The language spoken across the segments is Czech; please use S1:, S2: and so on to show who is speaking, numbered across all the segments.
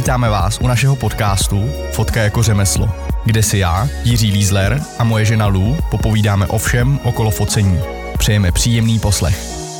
S1: Vítáme vás u našeho podcastu Fotka jako řemeslo, kde si já, Jiří Lízler a moje žena Lou popovídáme o všem okolo focení. Přejeme příjemný poslech.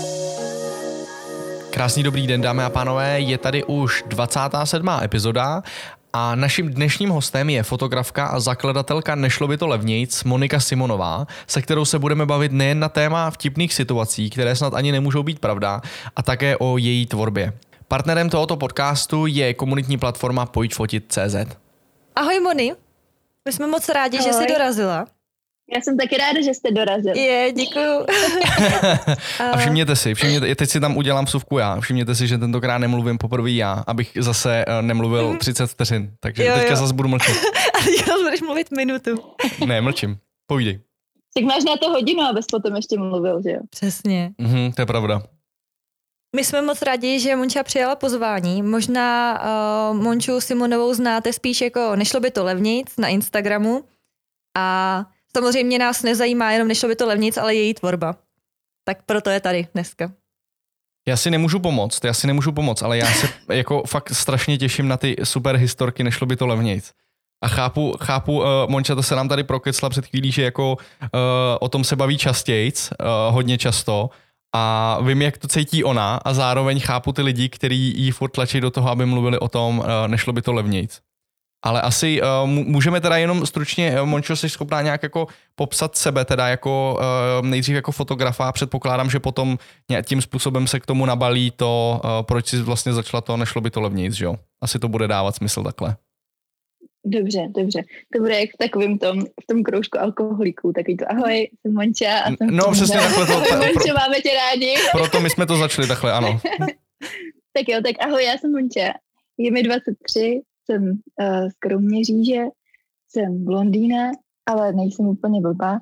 S1: Krásný dobrý den, dámy a pánové, je tady už 27. epizoda a naším dnešním hostem je fotografka a zakladatelka Nešlo by to levnějc Monika Simonová, se kterou se budeme bavit nejen na téma vtipných situací, které snad ani nemůžou být pravda, a také o její tvorbě. Partnerem tohoto podcastu je komunitní platforma Pojďfotit.cz.
S2: Ahoj Moni, my jsme moc rádi,
S3: Ahoj.
S2: že jsi dorazila.
S3: Já jsem taky ráda, že jste dorazili.
S2: Děkuju.
S1: A všimněte si, teď si tam udělám vsuvku já, všimněte si, že tentokrát nemluvím poprvé já, abych zase nemluvil 30 vteřin, takže teďka zase budu mlčet.
S2: A teďka budeš mluvit minutu.
S1: Ne, mlčím, povídej.
S3: Tak máš na to hodinu, abys potom ještě mluvil, že jo?
S2: Přesně.
S1: To je pravda.
S2: My jsme moc rádi, že Monča přijala pozvání. Možná Monču Simonovou znáte spíš jako Nešlo by to levnějc na Instagramu. A samozřejmě nás nezajímá jenom Nešlo by to levnějc, ale její tvorba. Tak proto je tady dneska.
S1: Já si nemůžu pomoct, ale já se jako fakt strašně těším na ty super historky Nešlo by to levnějc. A chápu, Monča to se nám tady prokecla před chvílí, že jako o tom se baví častějc, hodně často. A vím, jak to cítí ona a zároveň chápu ty lidi, kteří jí furt tlačí do toho, aby mluvili o tom, nešlo by to levnějc. Ale asi můžeme teda jenom stručně, Mončo, jsi schopná nějak jako popsat sebe, teda jako nejdřív jako fotografa, předpokládám, že potom tím způsobem se k tomu nabalí to, proč jsi vlastně začala to, nešlo by to levnějc, že jo? Asi to bude dávat smysl takhle.
S3: Dobře. To bude jak v tom kroužku alkoholiků, takový to ahoj, jsem Monča a jsem...
S1: No přesně takhle to...
S3: Ahoj Mončo, máme tě rádi.
S1: Proto my jsme to začali takhle, ano.
S3: Tak jo, tak ahoj, já jsem Monča, je mi 23, jsem z Kroměříže, jsem blondýna, ale nejsem úplně blbá.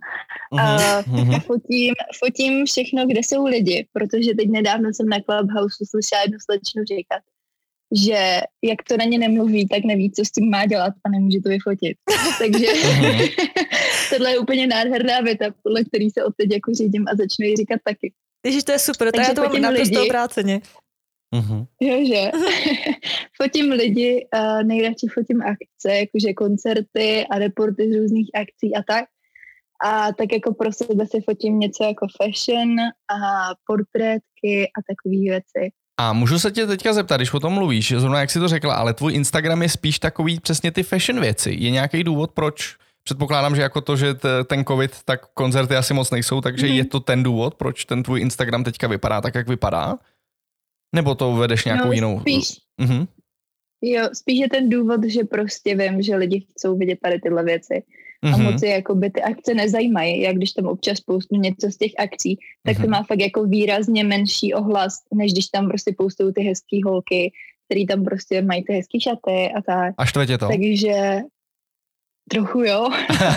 S3: Fotím všechno, kde jsou lidi, protože teď nedávno jsem na Clubhouse slyšela jednu slečnu říkat, že jak to na ně nemluví, tak neví, co s tím má dělat a nemůže to vyfotit. Takže tohle je úplně nádherná věta, podle který se odteď jako řídím a začnu ji říkat taky.
S2: Ježiš, to je super, to já to mám naprosto obráceně.
S3: Jo, že? Fotím lidi, nejradši fotím akce, jakože koncerty a reporty z různých akcí a tak. A tak jako pro sebe si fotím něco jako fashion a portrétky a takové věci.
S1: A můžu se tě teďka zeptat, když o tom mluvíš, zrovna jak jsi to řekla, ale tvůj Instagram je spíš takový přesně ty fashion věci. Je nějaký důvod, proč? Předpokládám, že jako to, že ten covid, tak koncerty asi moc nejsou, takže je to ten důvod, proč ten tvůj Instagram teďka vypadá tak, jak vypadá? Nebo to vedeš nějakou jinou?
S3: Jo, spíš je ten důvod, že prostě vím, že lidi chcou vidět tady tyhle věci. A moc je jakoby ty akce nezajímají. Jak když tam občas poustnu něco z těch akcí, tak to má fakt jako výrazně menší ohlas, než když tam prostě postují ty hezký holky, který tam prostě mají ty hezký šaty a tak.
S1: A štve tě to?
S3: Takže trochu jo.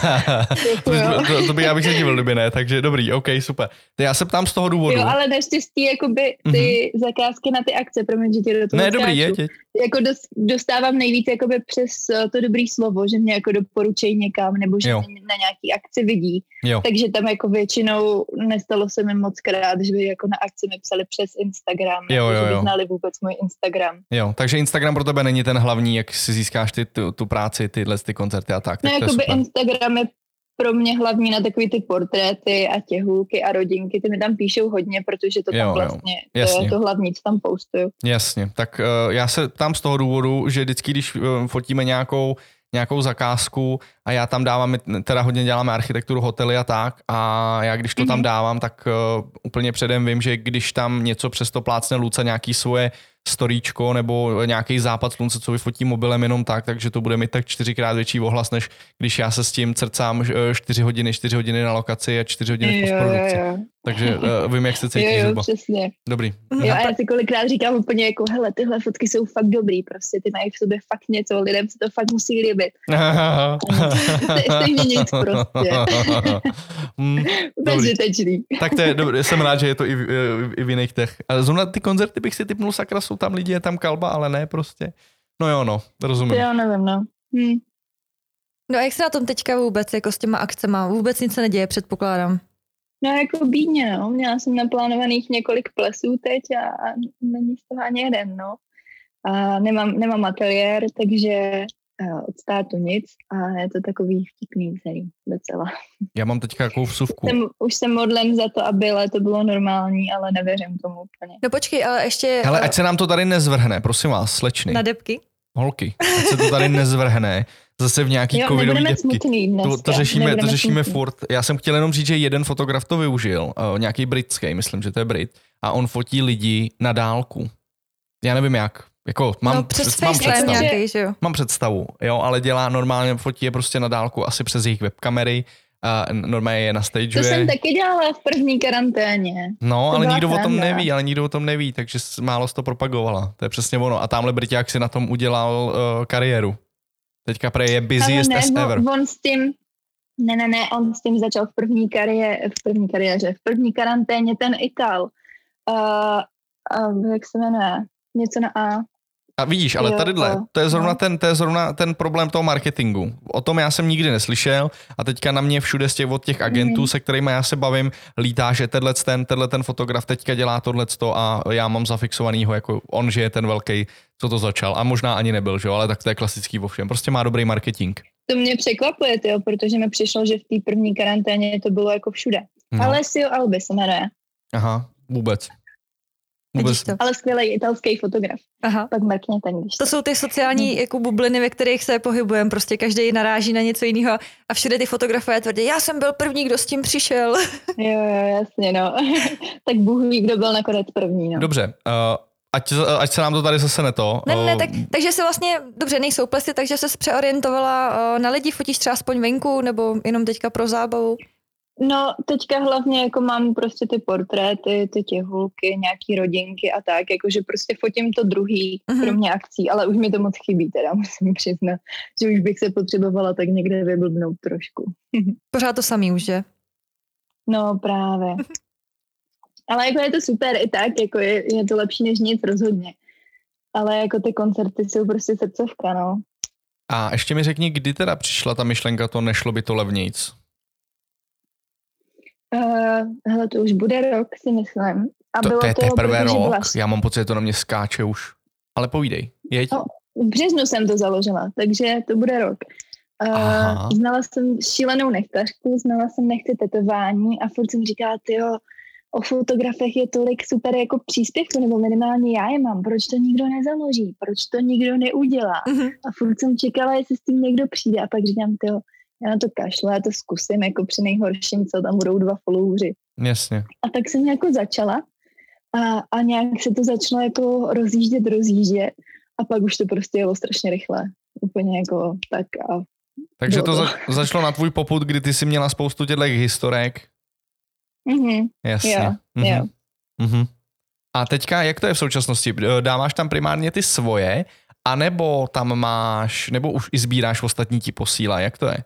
S1: To by já bych se divil, kdyby ne, takže dobrý, ok, super. To já se ptám z toho důvodu.
S3: Jo, ale naštěstí jakoby ty zakázky na ty akce, promiň, že tě do toho
S1: ne, dobrý, je tě.
S3: Jako dostávám nejvíc jakoby přes to dobrý slovo, že mě jako doporučejí někam, nebo že mě na nějaký akci vidí. Jo. Takže tam jako většinou nestalo se mi moc krát, že by jako na akci mi psali přes Instagram, že by znali vůbec můj Instagram.
S1: Jo, takže Instagram pro tebe není ten hlavní, jak si získáš tu práci, ty koncerty a tak.
S3: No, jakoby Instagram je pro mě hlavní na takový ty portréty a těhůlky a rodinky, ty mi tam píšou hodně, protože to tam vlastně to je to hlavní, co tam postuju.
S1: Jasně, tak já se ptám z toho důvodu, že vždycky, když fotíme nějakou zakázku a já tam dávám, teda hodně děláme architekturu, hotely a tak, a já když to tam dávám, tak úplně předem vím, že když tam něco přesto plácne Luca, nějaký svoje storíčko nebo nějaký západ slunce, co vyfotí mobilem jenom tak, takže to bude mít tak 4x větší ohlas, než když já se s tím cercám 4 hodiny na lokaci a 4 hodiny v postprodukci. Takže vím, jak se cítíš.
S3: Jo, přesně.
S1: Dobrý.
S3: Jo, a já si kolikrát říkám úplně jako, hele, tyhle fotky jsou fakt dobrý, prostě ty mají v sobě fakt něco, lidem se to fakt musí líbit. Stejně nic prostě. Bezžitečný.
S1: Tak to je dobrý, jsem rád, že je to i v jiných těch. Ale zrovna ty koncerty bych si tipnul, sakra, jsou tam lidi, je tam kalba, ale ne prostě. No jo, rozumím.
S3: Já nevím, no.
S2: No a jak se na tom teďka vůbec, jako s těma akcema? Vůbec nic se neděje, předpokládám.
S3: No jako bídně, no. Měla jsem naplánovaných několik plesů teď a není z toho ani jeden, no. A nemám ateliér, takže od státu nic a je to takový vtipný celý docela.
S1: Já mám teďka takovou vsuvku.
S3: Už jsem modlem za to, aby léto bylo normální, ale nevěřím tomu úplně.
S2: No počkej, ale ještě...
S1: Hele, ať se nám to tady nezvrhne, prosím vás, slečny.
S2: Na debky?
S1: Holky, ať se to tady nezvrhne. Zase v nějaký covidový debky. To řešíme furt. Já jsem chtěl jenom říct, že jeden fotograf to využil, nějaký britský, myslím, že to je Brit, a on fotí lidi na dálku. Já nevím jak. Jako, mám představu.
S2: Nějaký, že jo?
S1: Mám představu, jo, ale dělá normálně, fotí je prostě na dálku, asi přes jejich webkamery, a normálně je nastageuje.
S3: To jsem taky dělala v první karanténě.
S1: No, ale nikdo o tom neví, takže málo to propagovala. To je přesně ono. A tamhle Briťák si na tom udělal kariéru. Teďka prej je busiest as ever.
S3: On s tím, on s tím začal v první karanténě ten Ital. Jak se jmenuje? Něco na A.
S1: A vidíš, ale tadyhle, to je zrovna ten problém toho marketingu. O tom já jsem nikdy neslyšel a teďka na mě všude od těch agentů, se kterými já se bavím, lítá, že tenhle ten fotograf teďka dělá tohleto a já mám zafixovanýho, jako on, že je ten velký, co to začal. A možná ani nebyl, že jo, ale tak to je klasický vo všem. Prostě má dobrý marketing.
S3: To mě překvapuje, tyjo, protože mi přišlo, že v té první karanténě to bylo jako všude. No. Alessio Albi se jmenuje.
S1: Aha, vůbec.
S3: Ale skvělý italský fotograf.
S2: Aha.
S3: Pak mrkněte, když
S2: to jsou ty sociální jako bubliny, ve kterých se pohybujeme. Prostě každý naráží na něco jiného a všude ty fotografové tvrdí, já jsem byl první, kdo s tím přišel.
S3: Jo, jasně, no. Tak Bůh ví, kdo byl nakonec první, no.
S1: Dobře, ať se nám to tady zase neto.
S2: Takže se vlastně, dobře, nejsou plesy, takže se přeorientovala na lidi, fotíš třeba aspoň venku, nebo jenom teďka pro zábavu?
S3: No, teďka hlavně jako mám prostě ty portréty, ty těhulky, nějaký rodinky a tak, jakože prostě fotím to druhý, kromě akcí, ale už mi to moc chybí teda, musím přiznat, že už bych se potřebovala tak někde vyblbnout trošku.
S2: Pořád to samý už, že?
S3: No, právě. Ale jako je to super i tak, jako je to lepší než nic rozhodně. Ale jako ty koncerty jsou prostě srdcovka, no.
S1: A ještě mi řekni, kdy teda přišla ta myšlenka, to nešlo by to levnějc?
S3: Hele, to už bude rok, si myslím. A
S1: to je teprve rok? Já mám pocit, že to na mě skáče už. Ale povídej, jeď.
S3: No, v březnu jsem to založila, takže to bude rok. Znala jsem šílenou nechtařku, znala jsem nechci tetování a furt jsem říkala, tyjo, o fotografech je tolik super jako příspěvků, nebo minimálně já je mám, proč to nikdo nezaloží, proč to nikdo neudělá. A furt jsem čekala, jestli s tím někdo přijde a pak říkám, tyjo, já na to kašlu, já to zkusím, jako při nejhorším, co tam budou 2 followři.
S1: Jasně.
S3: A tak jsem jako začala a nějak se to začalo jako rozjíždět a pak už to prostě jelo strašně rychle. Úplně jako tak a...
S1: Takže to začalo na tvůj popud, kdy ty jsi měla spoustu těchto historek. Jasně.
S3: Jo.
S1: A teďka, jak to je v současnosti? Dáváš tam primárně ty svoje, anebo tam máš, nebo už i sbíráš ostatní ti posílá, jak to je?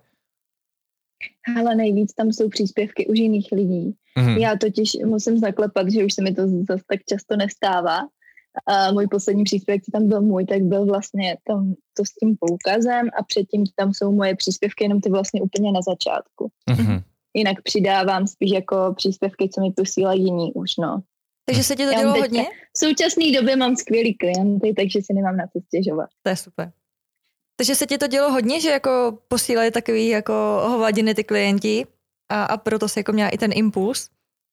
S3: Ale nejvíc tam jsou příspěvky už jiných lidí. Já totiž musím zaklepat, že už se mi to zase tak často nestává. A můj poslední příspěvek, co tam byl můj, tak byl vlastně tam to s tím poukazem a předtím tam jsou moje příspěvky, jenom ty vlastně úplně na začátku. Jinak přidávám spíš jako příspěvky, co mi posílají jiní už, no.
S2: Takže se ti to dělo hodně?
S3: V současné době mám skvělý klienty, takže si nemám na co stěžovat.
S2: To je super. Takže se ti to dělo hodně, že jako posílají takový jako hovadiny ty klienti a proto se jako měla i ten impuls?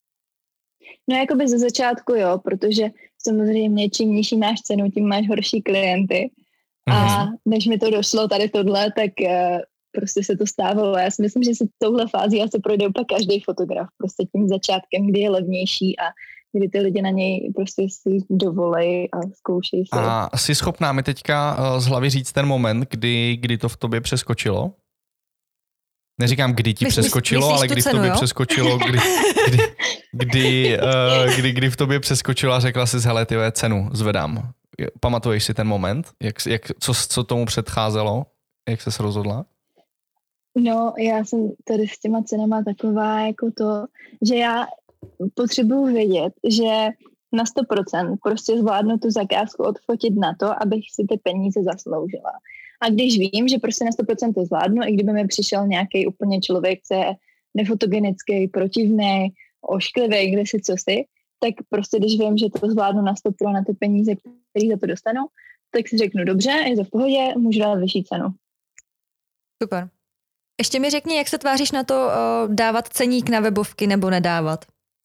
S3: No jakoby ze začátku jo, protože samozřejmě čím nižší máš cenu, tím máš horší klienty. A než mi to došlo tady tohle, tak prostě se to stávalo. Já si myslím, že se touhle fází asi projde úplně každý fotograf. Prostě tím začátkem, kdy je levnější a kdy ty lidi na něj prostě si dovolej a zkoušej si.
S1: A jsi schopná mi teďka z hlavy říct ten moment, kdy to v tobě přeskočilo? Neříkám, kdy ti přeskočilo, ale kdy v tobě přeskočilo, kdy v tobě přeskočilo a řekla jsi, hele, tyhle cenu zvedám. Pamatuješ si ten moment? Co tomu předcházelo? Jak ses rozhodla?
S3: No, já jsem tady s těma cenama taková jako to, že já potřebuji vědět, že na 100% prostě zvládnu tu zakázku odfotit na to, abych si ty peníze zasloužila. A když vím, že prostě na 100% to zvládnu, i kdyby mi přišel nějaký úplně člověk, co je nefotogenický, protivný, ošklivý, kde si cosi, tak prostě když vím, že to zvládnu na 100% na ty peníze, které za to dostanu, tak si řeknu, dobře, je to v pohodě, můžu dát vyšší cenu.
S2: Super. Ještě mi řekni, jak se tváříš na to dávat ceník na webovky nebo nedávat?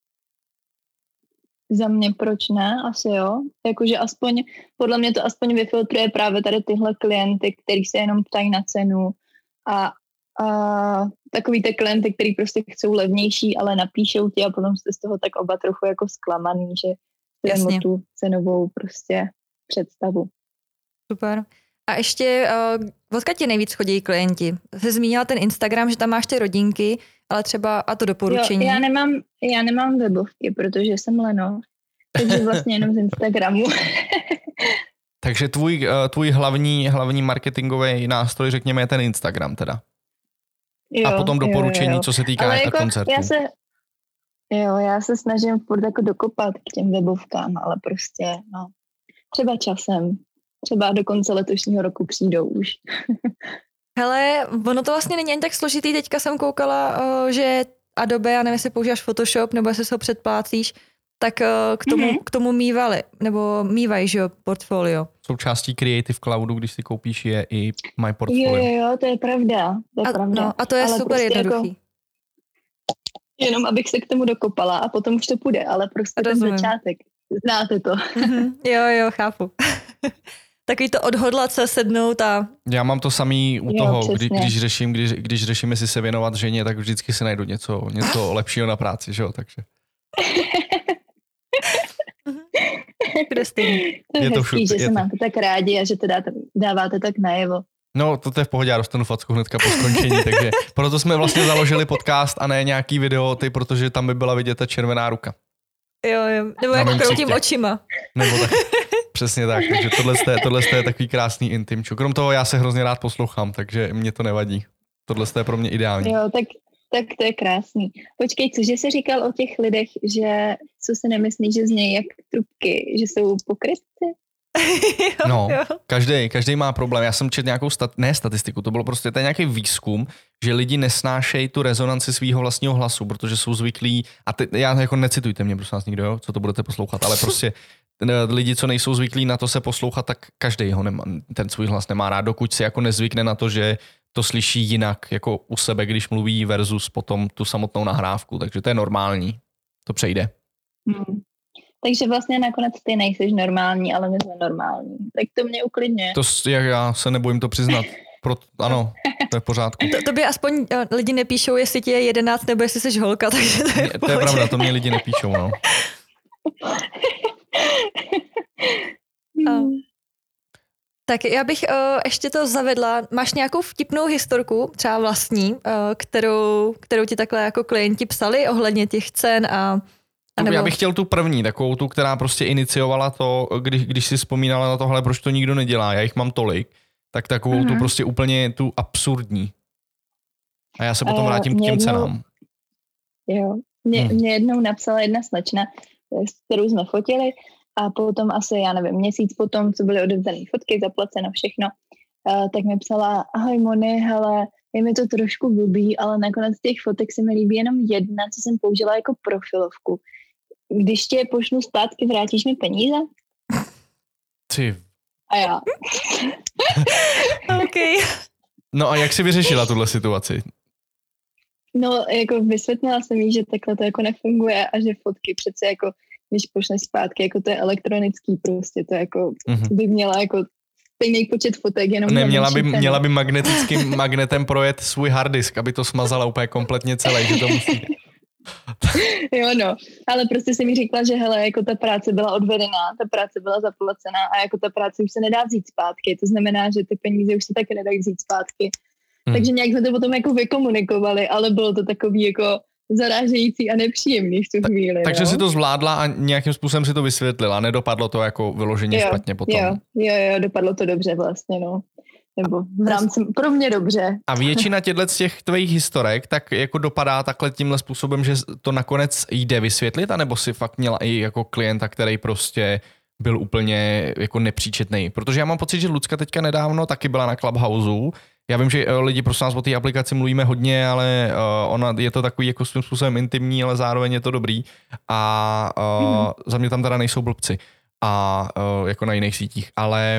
S3: Za mě proč ne? Asi jo. Jakože aspoň, podle mě to aspoň vyfiltruje právě tady tyhle klienty, který se jenom ptají na cenu a takový ty klienty, který prostě chcou levnější, ale napíšou ti a potom jste z toho tak oba trochu jako zklamaný, že jde o tu cenovou prostě představu.
S2: Super. A ještě, odkud ti nejvíc chodí klienti? Jsi zmínila ten Instagram, že tam máš ty rodinky, ale třeba a to doporučení.
S3: Jo, já nemám webovky, protože jsem leno, takže vlastně jenom z Instagramu.
S1: Takže tvůj hlavní marketingový nástroj, řekněme, je ten Instagram teda.
S3: Jo,
S1: a potom doporučení, co se týká jako koncertů.
S3: Já se snažím furt jako dokopat k těm webovkám, ale prostě, no, třeba časem. Třeba do konce letošního roku přijdou už.
S2: Hele, ono to vlastně není ani tak složitý. Teďka jsem koukala, že Adobe, já nevím, jestli používáš Photoshop, nebo jestli se ho předplácíš, tak k tomu mývají, že jo, portfolio.
S1: Součástí Creative Cloudu, když si koupíš, je i My Portfolio.
S3: Jo, to je pravda.
S2: No, a to je ale super prostě jednoduchý. Jako,
S3: jenom abych se k tomu dokopala a potom už to půjde, ale prostě ten začátek. Znáte to.
S2: Jo, chápu. Takový to odhodlat se, sednout a...
S1: Já mám to samý u toho, když řeším, jestli se věnovat ženě, tak vždycky si najdu něco lepšího na práci, že jo, takže...
S3: Je to hezký, že se máte tak rádi a že to dáváte tak najevo.
S1: No, to je v pohodě, já dostanu facku hnedka po skončení, takže proto jsme vlastně založili podcast a ne nějaký video, protože tam by byla vidět ta červená ruka.
S2: Jo, nebo jak kroutím očima.
S1: Nebo tak, přesně tak, takže tohle je takový krásný intimču. Krom toho já se hrozně rád poslouchám, takže mě to nevadí. Tohle je pro mě ideální.
S3: Jo, tak to je krásný. Počkej, cože jsi říkal o těch lidech, že co si nemyslí, že znějí jak trubky, že jsou pokrytci?
S1: No, každý má problém. Já jsem četl nějakou statistiku, to je nějaký výzkum, že lidi nesnášejí tu rezonanci svého vlastního hlasu, protože jsou zvyklí, já jako necitujte mě, prosím vás nikdo, jo, co to budete poslouchat, ale prostě lidi, co nejsou zvyklí na to se poslouchat, tak každý ho nemá, ten svůj hlas nemá rád, dokud si jako nezvykne na to, že to slyší jinak jako u sebe, když mluví versus potom tu samotnou nahrávku, takže to je normální, to přejde.
S3: Takže vlastně nakonec ty nejseš normální, ale my jsme normální. Tak to mě uklidňuje.
S1: Já se nebojím to přiznat. Ano, to je v pořádku.
S2: To by aspoň lidi nepíšou, jestli ti je 11 nebo jestli jsi holka, takže
S1: to je pravda, to mě lidi nepíšou, no.
S2: Tak já bych ještě to zavedla. Máš nějakou vtipnou historku, třeba vlastní, kterou ti takhle jako klienti psali ohledně těch cen a nebo...
S1: Já bych chtěl tu první, takovou tu, která prostě iniciovala to, když si vzpomínala na tohle, proč to nikdo nedělá, já jich mám tolik, tak takovou tu prostě úplně tu absurdní. A já se potom vrátím k těm cenám.
S3: Jo, mě jednou napsala jedna slečna, s kterou jsme fotili a potom asi, já nevím, měsíc potom, co byly odevzdané fotky, zaplaceno všechno, tak mi psala, ahoj Moni, hele, je mi to trošku blbý, ale nakonec těch fotek se mi líbí jenom jedna, co jsem použila jako profilovku. Když tě pošlu zpátky, vrátíš mi peníze?
S1: Ty.
S3: A já.
S2: Okay.
S1: No a jak jsi vyřešila tuhle situaci?
S3: No, jako vysvětlila jsem jí, že takhle to jako nefunguje a že fotky přece jako, když pošleš zpátky, jako to je elektronický prostě, to jako by měla jako stejný počet fotek, jenom
S1: měla by magnetickým magnetem projet svůj harddisk, aby to smazala úplně kompletně celé, že to musí.
S3: Jo, no, ale prostě si mi říkala, že hele, jako ta práce byla odvedená, ta práce byla zaplacená a jako ta práce už se nedá vzít zpátky, to znamená, že ty peníze už se taky nedají vzít zpátky. Takže nějak jsme to potom jako vykomunikovali, ale bylo to takový jako zarážející a nepříjemný v tu chvíli.
S1: Takže si to zvládla a nějakým způsobem si to vysvětlila, nedopadlo to jako vyloženě špatně potom.
S3: Jo, dopadlo to dobře vlastně, no. Nebo v rámci, pro mě dobře.
S1: A většina těch tvých historek tak jako dopadá takhle tímhle způsobem, že to nakonec jde vysvětlit, anebo si fakt měla i jako klienta, který prostě byl úplně jako nepříčetný. Protože já mám pocit, že Lucka teďka nedávno taky byla na Clubhouse. Já vím, že lidi prosím nás o té aplikaci mluvíme hodně, ale ona je to takový jako svým způsobem intimní, ale zároveň je to dobrý. A za mě tam teda nejsou blbci. A jako na jiných sítích. Ale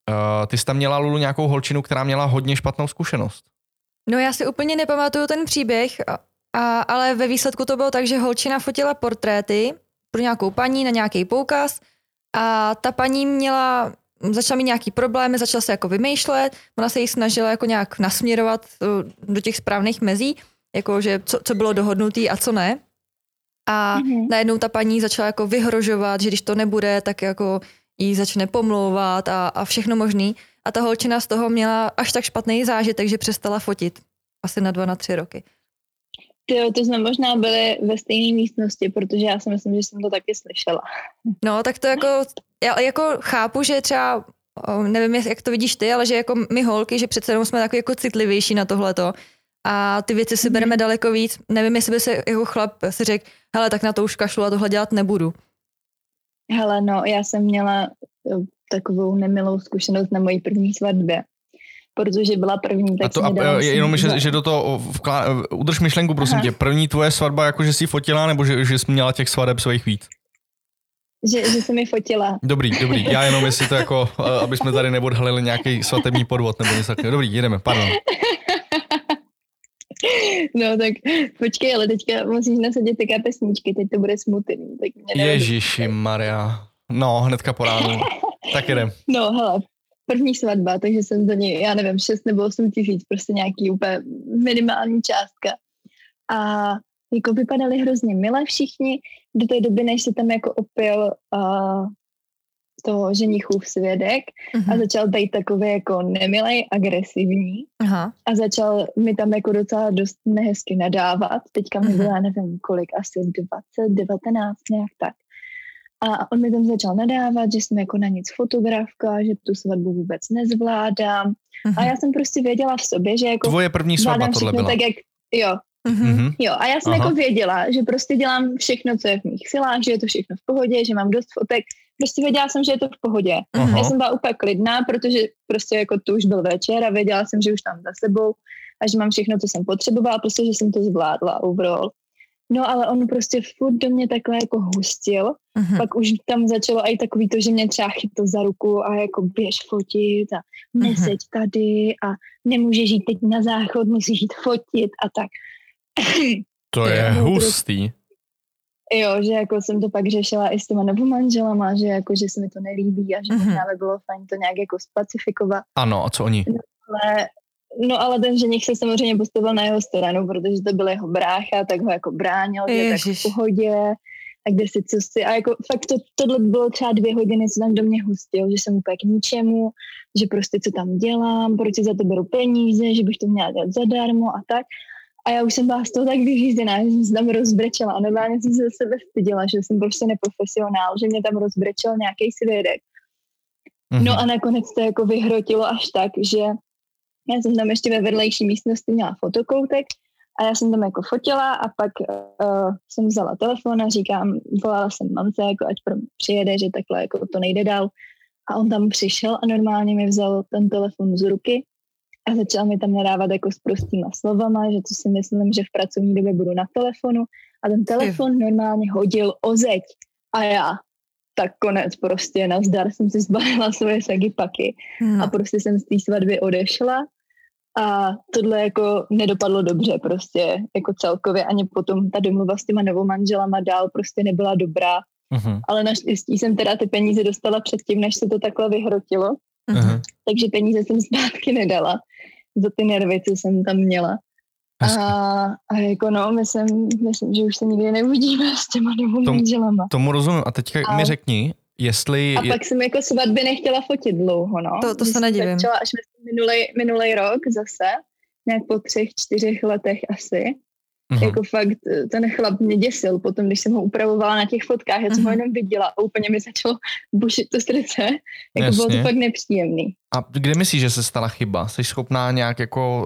S1: ty jsi tam měla, Lulu, nějakou holčinu, která měla hodně špatnou zkušenost.
S2: No já si úplně nepamatuju ten příběh, ale ve výsledku to bylo tak, že holčina fotila portréty pro nějakou paní na nějaký poukaz a ta paní začala mít nějaký problémy, začala se jako vymýšlet, ona se jí snažila jako nějak nasměrovat do těch správných mezí, jako že co bylo dohodnutý a co ne. A najednou ta paní začala jako vyhrožovat, že když to nebude, tak jako jí začne pomlouvat a všechno možný. A ta holčina z toho měla až tak špatný zážitek, že přestala fotit. Asi na 2-3 roky.
S3: To jsme možná byli ve stejné místnosti, protože já si myslím, že jsem to taky slyšela.
S2: No, tak to já jako chápu, že třeba, nevím, jak to vidíš ty, ale že jako my holky, že přece jenom jsme takový jako citlivější na tohleto a ty věci si bereme daleko víc. Nevím, jestli by se jako chlap si řekl, hele, tak na to už kašlu a tohle dělat nebudu.
S3: Hele, no, já jsem měla takovou nemilou zkušenost na mojí první svatbě. Protože byla první, tak
S1: jenom, že do toho udrž myšlenku, prosím tě. První tvoje svatba, jako že jsi fotila, nebo že jsi měla těch svadeb svých víc?
S3: Že jsem mi fotila.
S1: Dobrý. Já jenom, jestli to jako, aby jsme tady neodhalili nějaký svatební podvod, nebo něco takového. Dobrý, jedeme, pardon.
S3: No tak počkej, ale teďka musíš nasadit ty kapesníčky, teď to bude smutný.
S1: Ježiši Maria. No, hnedka po ránu. Tak jedem.
S3: No, hele. První svatba, takže jsem za ní, já nevím, 6 nebo 8 tisíc, prostě nějaký úplně minimální částka. A jako vypadali hrozně milé všichni, do té doby, než se tam jako opil toho ženichův svědek a začal být takový jako nemilej, agresivní a začal mi tam jako docela dost nehezky nadávat. Teďka mi bylo, nevím kolik, asi 20, 19, nějak tak. A on mi tam začal nadávat, že jsem jako na nic fotografka, že tu svatbu vůbec nezvládám. A já jsem prostě věděla v sobě, že jako
S1: tvoje první svatba tohle byla.
S3: Tak jak, jo. Jo, a já jsem jako věděla, že prostě dělám všechno, co je v mých silách, že je to všechno v pohodě, že mám dost fotek. Prostě věděla jsem, že je to v pohodě. Já jsem byla úplně klidná, protože prostě jako tu už byl večer a věděla jsem, že už tam za sebou a že mám všechno, co jsem potřebovala, prostě, že jsem to zvládla overall. No ale on prostě furt do mě takhle jako hustil, pak už tam začalo i takový to, že mě třeba chytl za ruku a jako běž fotit a neseď tady a nemůžeš jít teď na záchod, musíš jít fotit a tak.
S1: To je hustý.
S3: Jo, že jako jsem to pak řešila i s těma novomanželama, že jako, že se mi to nelíbí a že možná by bylo fajn to nějak jako spacifikovat.
S1: Ano, a co oni?
S3: No ale ten ženich se samozřejmě postavil na jeho stranu, protože to byl jeho brácha, tak ho jako bránil, že tak v pohodě a kde si co si. A jako fakt tohle bylo třeba 2 hodiny, co tam do mě hustil, že jsem úplně k ničemu, že prostě co tam dělám, proč si za to beru peníze, že bych to měla dělat zadarmo a tak. A já už jsem byla z toho tak vyřízená, že jsem se tam rozbrečela a normálně jsem se za sebe styděla, že jsem prostě neprofesionál, že mě tam rozbrečel nějaký svědek. No a nakonec to jako vyhrotilo až tak, že já jsem tam ještě ve vedlejší místnosti měla fotokoutek a já jsem tam jako fotila a pak jsem vzala telefon a volala jsem mamce, jako ať pro mě přijede, že takhle jako to nejde dál. A on tam přišel a normálně mi vzal ten telefon z ruky a začal mi tam nadávat jako s prostýma slovama, že to si myslím, že v pracovní době budu na telefonu a ten telefon normálně hodil o zeď a já tak konec prostě, nazdar, jsem si zbalila svoje sagipaky a prostě jsem z té svatby odešla a tohle jako nedopadlo dobře prostě, jako celkově, ani potom ta domluva s těma novomanželama dál prostě nebyla dobrá, ale naštěstí jsem teda ty peníze dostala předtím, než se to takhle vyhrotilo, takže peníze jsem zpátky nedala za ty nervy, co jsem tam měla. A jako no, myslím, že už se nikdy neuvidíme s těma novomanželama.
S1: Tomu rozumím. A teďka mi řekni, jestli...
S3: A pak jsem jako svatby nechtěla fotit dlouho, no.
S2: To se nedivím.
S3: Začala až minulej rok zase, nějak po 3-4 letech asi. Jako fakt ten chlap mě děsil potom, když jsem ho upravovala na těch fotkách, já jsem ho jenom viděla a úplně mi začalo bušit to srdce. Jako bylo to fakt nepříjemný.
S1: A kde myslíš, že se stala chyba? Jsi schopná nějak jako...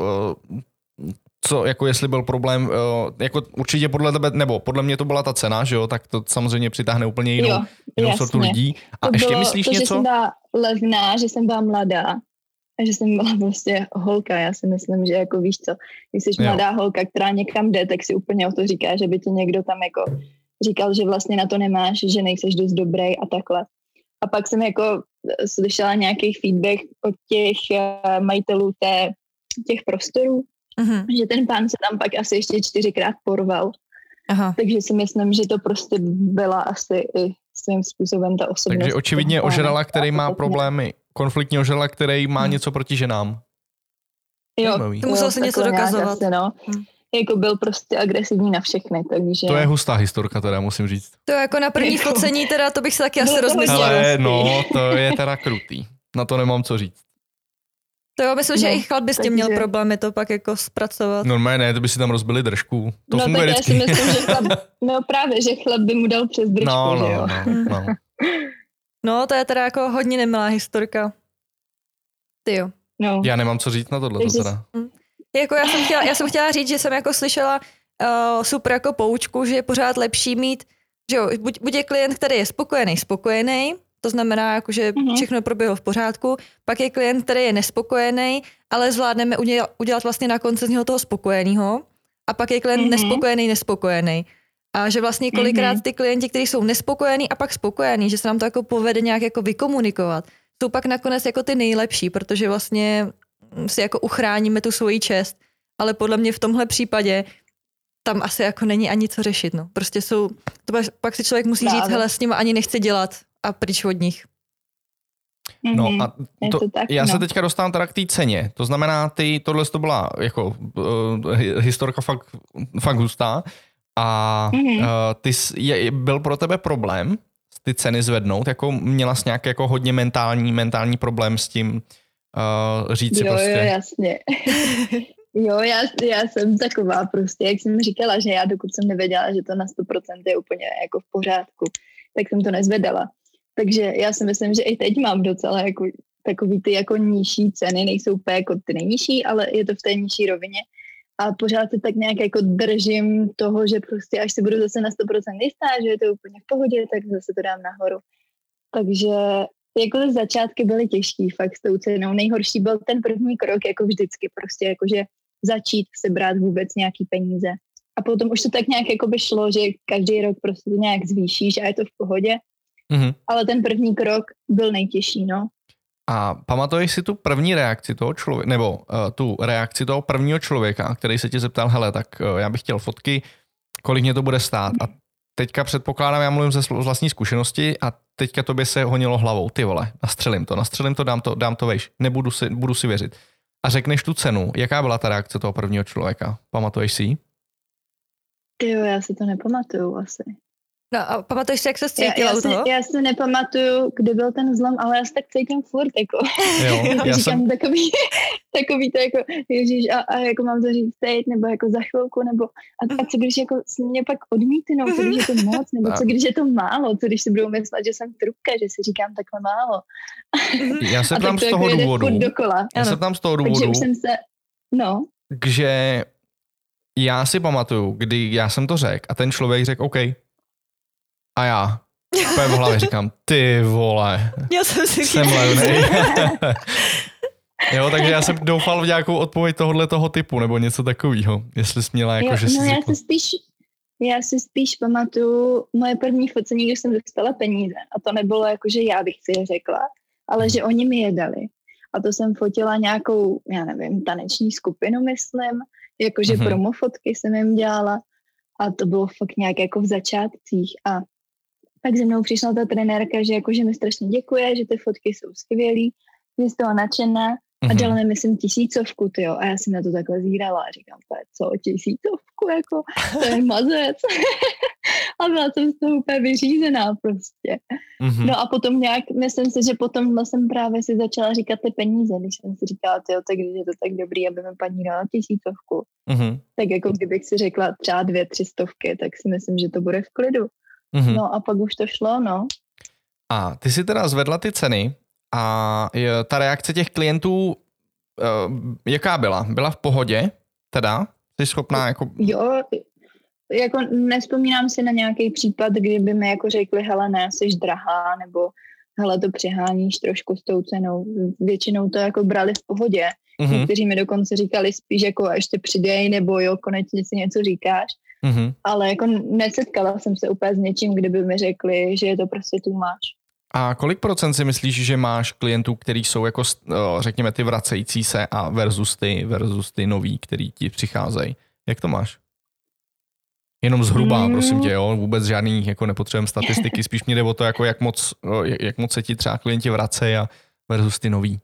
S1: Co, jako jestli byl problém, jako určitě podle tebe, nebo podle mě to byla ta cena, že jo, tak to samozřejmě přitáhne úplně jinou sortu lidí. A
S3: to
S1: ještě
S3: bylo
S1: myslíš
S3: to,
S1: něco?
S3: Že jsem byla levná, že jsem byla mladá a že jsem byla prostě holka. Já si myslím, že jako víš co, když jsi mladá holka, která někam jde, tak si úplně o to říká, že by ti někdo tam jako říkal, že vlastně na to nemáš, že nejseš dost dobrý a takhle. A pak jsem jako slyšela nějaký feedback od těch majitelů těch prostorů, že ten pán se tam pak asi ještě 4krát porval.
S2: Aha.
S3: Takže si myslím, že to prostě byla asi i svým způsobem ta osobnost.
S1: Takže očividně ožrala, který má problémy, konfliktní ožrala, který má něco proti ženám.
S3: Jo,
S2: to musel se něco dokazovat.
S3: Asi, no. Jako byl prostě agresivní na všechny, takže...
S1: To je hustá historka teda, musím říct.
S2: To jako na první focení teda, to bych se taky asi rozmyslela.
S1: Ale no, to je teda krutý. Na to nemám co říct.
S2: To jo, myslím, že i chlap by s tím měl problémy to pak jako zpracovat.
S1: Normálně ne, to by si tam rozbili držku. To
S3: no
S1: funguje
S3: tak
S1: vždycky.
S3: Já si myslím, že chlap, no právě, že chlap by mu dal přes držku, že jo.
S1: No.
S2: No, to je teda jako hodně nemilá historka. Ty jo.
S3: No.
S1: Já nemám co říct na tohle teda.
S2: Jako já jsem chtěla říct, že jsem jako slyšela super jako poučku, že je pořád lepší mít, že jo, buď je klient, který je spokojený, to znamená, jako, že všechno proběhlo v pořádku, pak je klient, který je nespokojený, ale zvládneme udělat vlastně na konci z něho toho spokojeného, a pak je klient nespokojený. A že vlastně kolikrát ty klienti, kteří jsou nespokojení a pak spokojení, že se nám to jako povede nějak jako vykomunikovat, jsou pak nakonec jako ty nejlepší, protože vlastně si jako uchráníme tu svoji čest, ale podle mě v tomhle případě tam asi jako není ani co řešit, no. Prostě jsou, to pak si člověk musí říct, hele, s nima ani nechci dělat a pryč od nich.
S1: No a já se teďka dostávám teda k té ceně, to znamená, tohle to byla jako historka fakt hustá a byl pro tebe problém ty ceny zvednout, jako měla jsi nějaký jako hodně mentální problém s tím říct si prostě.
S3: Jo, jasně. Jo, já jsem taková prostě, jak jsem říkala, že já dokud jsem nevěděla, že to na 100% je úplně jako v pořádku, tak jsem to nezvedala. Takže já si myslím, že i teď mám docela jako takový ty jako nižší ceny, nejsou úplně jako ty nejnižší, ale je to v té nižší rovině. A pořád se tak nějak jako držím toho, že prostě až si budu zase na 100% jistá, že je to úplně v pohodě, tak zase to dám nahoru. Takže jako ty začátky byly těžký fakt s tou cenou. Nejhorší byl ten první krok, jako vždycky prostě, jakože začít si brát vůbec nějaký peníze. A potom už to tak nějak jako by šlo, že každý rok prostě to nějak zvýšíš a je to v pohodě. Ale ten první krok byl nejtěžší, no.
S1: A pamatuješ si tu první reakci toho člověka, nebo tu reakci toho prvního člověka, který se tě zeptal, hele, tak já bych chtěl fotky, kolik mě to bude stát? A teďka předpokládám, já mluvím ze vlastní zkušenosti a teďka tobě se honilo hlavou, ty vole, nastřelím to, dám to vejš, budu si věřit. A řekneš tu cenu, jaká byla ta reakce toho prvního člověka? Pamatuješ si ji?
S3: Jo, já si to nepamatuju asi.
S2: No a pamatuješ si, jak se cítila u toho?
S3: Já si nepamatuju, kdy byl ten zlom, ale já si tak cítím furt, jako.
S1: Jo,
S3: já říkám takový to jako, ježiš, a jako mám to říct teď, nebo jako za chvilku, nebo a co když jako mě pak odmítnou, co když je to moc, nebo co když je to málo, co když si budou myslet, že jsem trubka, že si říkám takhle málo.
S1: Já se ptám z toho důvodu,
S3: Takže už jsem se,
S1: že já si pamatuju, kdy já jsem to řekl a ten člověk řekl OK. A já v hlavě říkám, ty vole,
S2: já jsem
S1: levnej. Jo, takže já jsem doufal v nějakou odpověď toho typu, nebo něco takového, jestli jsi měla jako, že si
S3: já si spíš pamatuju moje první focení, když jsem dostala peníze. A to nebylo jako, že já bych si je řekla, ale že oni mi je dali. A to jsem fotila nějakou, já nevím, taneční skupinu, myslím, jakože promofotky jsem jim dělala. A to bylo fakt nějak jako v začátcích. A tak ze mnou přišla ta trenérka, že jakože mi strašně děkuje, že ty fotky jsou skvělý, že z toho nadšená a dala mi, myslím, 1000, tyjo. A já jsem na to takhle zírala a říkám, co, 1000, jako, to je mazec. A byla jsem z toho úplně vyřízená prostě. No a potom nějak, myslím si, že potom jsem právě si začala říkat ty peníze, když jsem si říkala, tyjo, tak když je to tak dobrý, aby mi paní dala 1000, tak jako kdybych si řekla třeba 200-300, tak si myslím, že to bude v klidu. No a pak už to šlo, no.
S1: A ty si teda zvedla ty ceny a ta reakce těch klientů, jaká byla? Byla v pohodě teda? Jsi schopná jako...
S3: Jo, jako nespomínám si na nějaký případ, kdyby mi jako řekli, hele ne, jsi drahá, nebo hele to přeháníš trošku s tou cenou. Většinou to jako brali v pohodě. Někteří mi dokonce říkali spíš jako ještě přidej, nebo jo, konečně si něco říkáš. Ale jako nesetkala jsem se úplně s něčím, kdyby mi řekli, že je to prostě too much.
S1: A kolik procent si myslíš, že máš klientů, který jsou jako, řekněme, ty vracející se a versus ty nový, který ti přicházejí? Jak to máš? Jenom zhruba, prosím tě, jo? Vůbec žádný, jako nepotřebujeme statistiky, spíš mě jde o to, jako jak moc se ti třeba klienti vracejí a versus ty nový.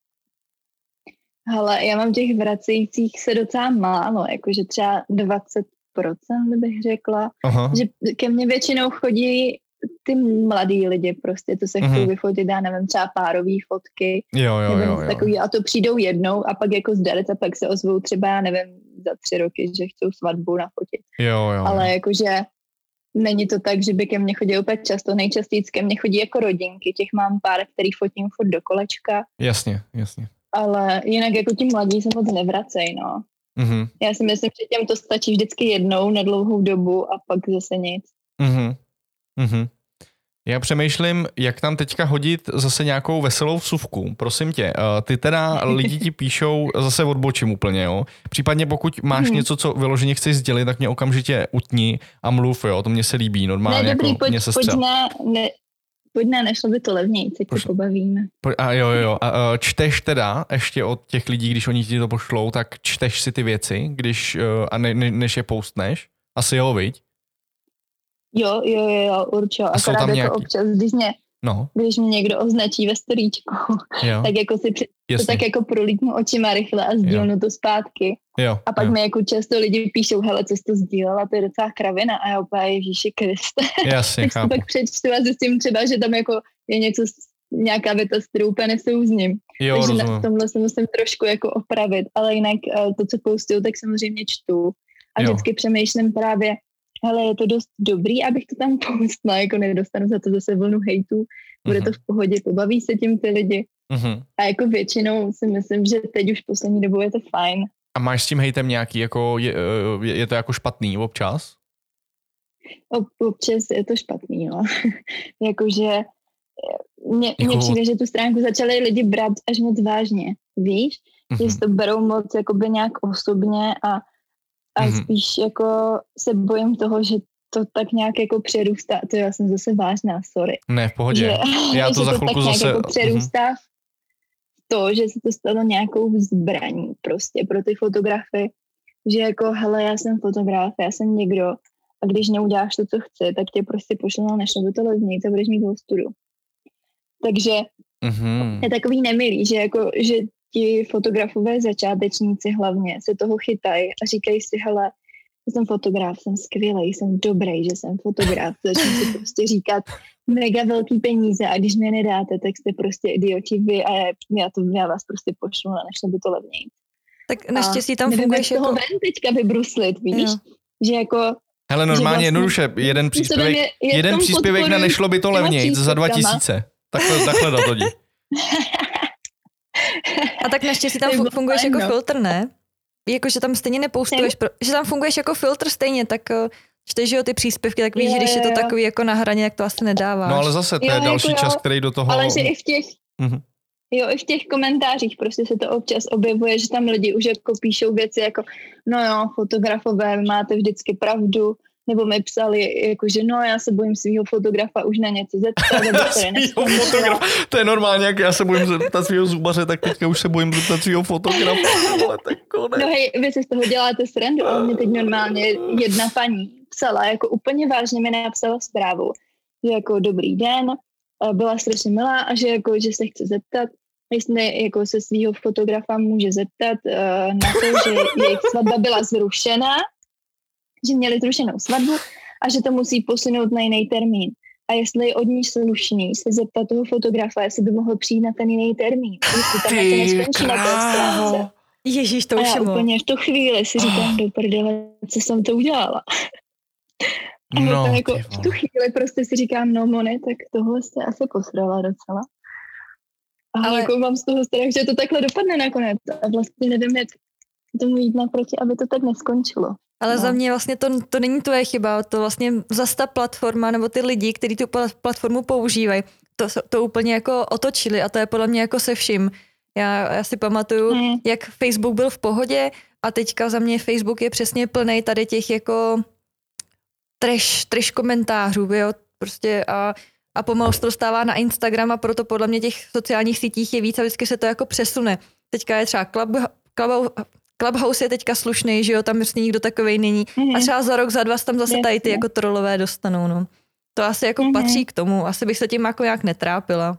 S3: Hele, já mám těch vracejících se docela málo, jakože třeba 20% bych řekla,
S1: Aha.
S3: že ke mně většinou chodí ty mladý lidi prostě, to se chcou vyfotit, já nevím, třeba párový fotky,
S1: jo.
S3: Takový, a to přijdou jednou a pak jako zdarec a pak se ozvou třeba, já nevím, za 3 roky, že chcou svatbu nafotit.
S1: Jo.
S3: Ale jakože není to tak, že by ke mně chodí úplně často, nejčastěji ke mně chodí jako rodinky, těch mám pár, který fotím furt do kolečka.
S1: Jasně.
S3: Ale jinak jako ti mladí se moc nevracej, no.
S1: Mm-hmm.
S3: Já si myslím, že těm to stačí vždycky jednou na dlouhou dobu a pak zase nic.
S1: Mm-hmm. Já přemýšlím, jak tam teďka hodit zase nějakou veselou vsuvku. Prosím tě, ty teda lidi ti píšou, zase odbočím úplně, jo. Případně pokud máš něco, co vyloženě chceš sdělit, tak mě okamžitě utni a mluv, jo, to mě se líbí normálně.
S3: Ne, dobrý,
S1: jako mě se
S3: pojď na, nešlo by to levněji, co tě pobavíme.
S1: A jo. A čteš teda ještě od těch lidí, když oni ti to pošlou, tak čteš si ty věci, když než je postneš? Asi jo, viď?
S3: Jo, určitě. Akorát jako nějaký... občas, když mě někdo označí ve storíčku, tak jako si to tak jako prolítnu očima rychle a sdílnu to zpátky. A pak mi jako často lidi píšou, hele, co jsi to sdílela, to je docela kravina. A já úplně, Ježíši Kriste.
S1: Jasně,
S3: tak si pak přečtu a zjistím třeba, že tam jako je něco, nějaká věta, s kterou úplně nesouzním. Takže v tomhle se musím trošku jako opravit. Ale jinak to, co postuju, tak samozřejmě čtu. A vždycky přemýšlím právě, hele, je to dost dobrý, abych to tam postla, jako nedostanu za to zase vlnu hejtu, bude to v pohodě, pobaví se tím ty lidi. A jako většinou si myslím, že teď už poslední dobou je to fajn.
S1: A máš s tím hejtem nějaký, jako je to jako špatný občas?
S3: Občas je to špatný, no. Jakože mně přijde, že tu stránku začali lidi brát až moc vážně, víš? Že si to berou moc jakoby nějak osobně a spíš jako se bojím toho, že to tak nějak jako přerůstá. To já jsem zase vážná, sorry.
S1: Ne, v pohodě. Já to za chvilku zase...
S3: Jako přerůstá to, že se to stalo nějakou zbraní prostě pro ty fotografy. Že jako, hele, já jsem fotograf, já jsem někdo a když neuděláš to, co chci, tak tě prostě pošlu, nešlo by to levněji, to budeš mít ostudu. Takže je takový nemilý, že jako, že ti fotografové začátečníci hlavně se toho chytají a říkají si, hele, jsem fotograf, jsem skvělej, jsem dobrý, že jsem fotograf, začnu si prostě říkat mega velký peníze a když mě nedáte, tak jste prostě idioti vy a já vás prostě pošlu a nešlo by to levněji.
S2: Tak naštěstí tam funguješ jako...
S3: Nevím, jak toho ven teďka vybruslit, víš? Že jako...
S1: Hele, normálně vlastně, jednoduše, jeden příspěvek na nešlo by to levněji za 2000. Takhle do toho.
S2: A tak naštěstí tam funguješ jako filtr, ne? Jakože tam stejně nepostuješ, že tam funguješ jako filtr stejně, tak čteš, že jo, ty příspěvky, tak víš, že když je to takový jako na hraně, tak to asi nedáváš.
S1: No ale zase to je další čas, který do toho...
S3: Ale že i v těch... i v těch komentářích prostě se to občas objevuje, že tam lidi už jako píšou věci jako no jo, fotografové, máte vždycky pravdu, nebo mi psali, jakože no, já se bojím svýho fotografa už na něco zeptat, nebo
S1: to je normálně, jak já se bojím zeptat svýho zubaře, tak teďka už se bojím zeptat svýho fotografa.
S3: No hej, vy si z toho děláte srandu, ale mě teď normálně jedna paní psala, jako úplně vážně mi napsala zprávu, že jako dobrý den, byla strašně milá a že jako, že se chce zeptat, jestli jako se svýho fotografa může zeptat na to, že jejich svatba byla zrušena, že měli zrušenou svatbu a že to musí posunout na jiný termín. A jestli je od ní slušný se zeptat toho fotografa, jestli by mohl přijít na ten jiný termín. Jestli tam to neskončí na té stránce.
S2: Ježíš, to už je
S3: úplně v tu chvíli si říkám, do prdele, co jsem to udělala. A jako v tu chvíli prostě si říkám, no Moni, tak tohle jste asi posrala docela. Ale jako mám z toho strach, že to takhle dopadne nakonec. A vlastně nevím, jak tomu jít naproti, aby to tak neskončilo.
S2: Ale za mě vlastně to není tvoje chyba, to vlastně zase ta platforma nebo ty lidi, kteří tu platformu používají, to úplně jako otočili a to je podle mě jako se vším. Já si pamatuju, jak Facebook byl v pohodě a teďka za mě Facebook je přesně plnej tady těch jako trash komentářů, jo, prostě a a pomalu se to dostává na Instagram a proto podle mě těch sociálních sítích je víc a vždycky se to jako přesune. Teďka je třeba Clubhouse je teďka slušný, že jo, tam prostě nikdo takovej není. A třeba za rok, za 2 tam zase tady ty jako trolové dostanou, no. To asi jako patří k tomu, asi bych se tím jako nějak netrápila.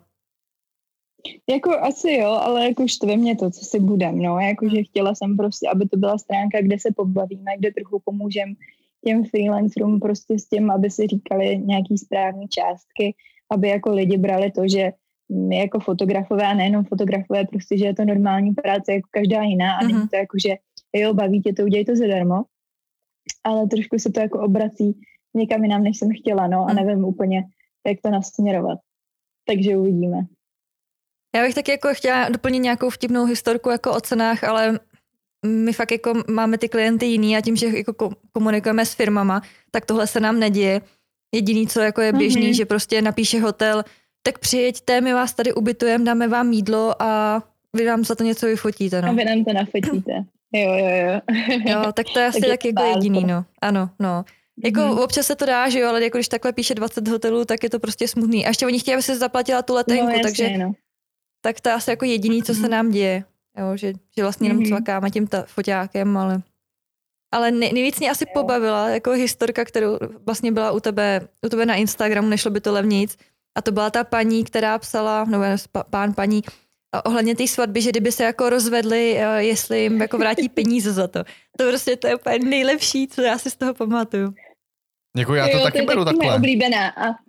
S3: Jako asi jo, ale jako štve mě to, co si budem, no, jakože chtěla jsem prostě, aby to byla stránka, kde se pobavíme, kde trochu pomůžem těm freelancerům prostě s tím, aby si říkali nějaký správný částky, aby jako lidi brali to, že my jako fotografové a nejenom fotografové, prostě, že je to normální práce jako každá jiná a není to jako, že jo, baví tě to, udělej to zadarmo, ale trošku se to jako obrací někam jinam, než jsem chtěla, no, a nevím úplně, jak to nasměrovat. Takže uvidíme.
S2: Já bych taky jako chtěla doplnit nějakou vtipnou historku jako o cenách, ale my fakt jako máme ty klienty jiný a tím, že jako komunikujeme s firmama, tak tohle se nám neděje. Jediný, co jako je běžný, že prostě napíše hotel, tak přijeďte, my vás tady ubytujeme, dáme vám jídlo a vy nám za to něco vyfotíte. No.
S3: A vy nám to nafotíte. Jo.
S2: Jo, tak to je asi tak jako jediný, no. Ano, no. Jako občas se to dá, že jo, ale jako když takhle píše 20 hotelů, tak je to prostě smutný. A ještě oni chtějí, aby se zaplatila tu letenku,
S3: jasně,
S2: takže tak to je asi jako jediný, co se nám děje. Jo, že vlastně jenom cvakáme tím foťákem, ale nejvíc mě asi pobavila jako historka, kterou vlastně byla u tebe na Instagramu, nešlo by to levnic. A to byla ta paní, která psala, no paní, ohledně té svatby, že kdyby se jako rozvedli, jestli jim jako vrátí peníze za to. To prostě to je úplně nejlepší, co já si z toho pamatuju.
S1: Jako já to taky beru takhle.
S3: To je oblíbená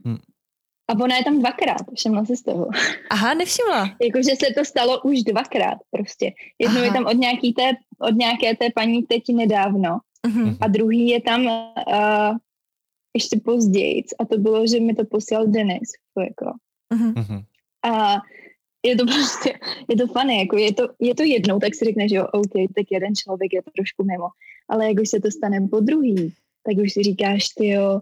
S3: a ona je tam 2krát, všimla se z toho.
S2: Aha, nevšimla.
S3: Jakože se to stalo už 2krát prostě. Jednou je tam od nějaké té paní teď nedávno a druhý je tam ještě později a to bylo, že mi to posílal Denis. Jako. A je to prostě, je to funny, jako je to jednou, tak si řekne, že jo, OK, tak jeden člověk je trošku mimo, ale jak už se to stane po druhý, tak už si říkáš, tyjo,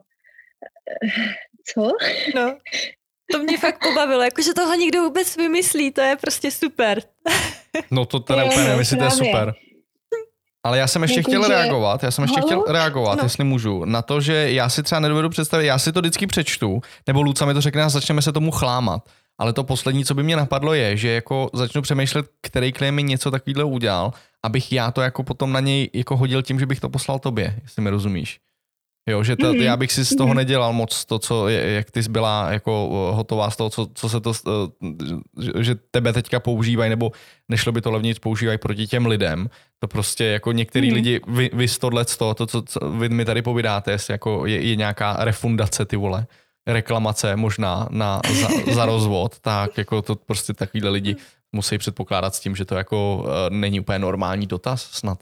S3: co?
S2: No, to mě fakt pobavilo, jakože tohle nikdo vůbec vymyslí, to je prostě super.
S1: No to teda úplně nevím, to je super. Ale já jsem ještě chtěl reagovat, jestli můžu, na to, že já si třeba nedovedu představit, já si to vždycky přečtu, nebo Luca mi to řekne a začneme se tomu chlámat. Ale to poslední, co by mě napadlo, je, že jako začnu přemýšlet, který klient mi něco takovýhle udělal, abych já to jako potom na něj jako hodil tím, že bych to poslal tobě, jestli mi rozumíš. Jo, že já bych si z toho nedělal moc to, co jak ty jsi byla jako hotová z toho, co se to, že tebe teďka používají, nebo nešlo by to levněji používají proti těm lidem. To prostě jako některý lidi, vy z tohleto, to, co vy mi tady povídáte, jako je nějaká refundace, ty vole, reklamace možná za rozvod, tak jako to prostě takovýhle lidi musí předpokládat s tím, že to jako není úplně normální dotaz snad.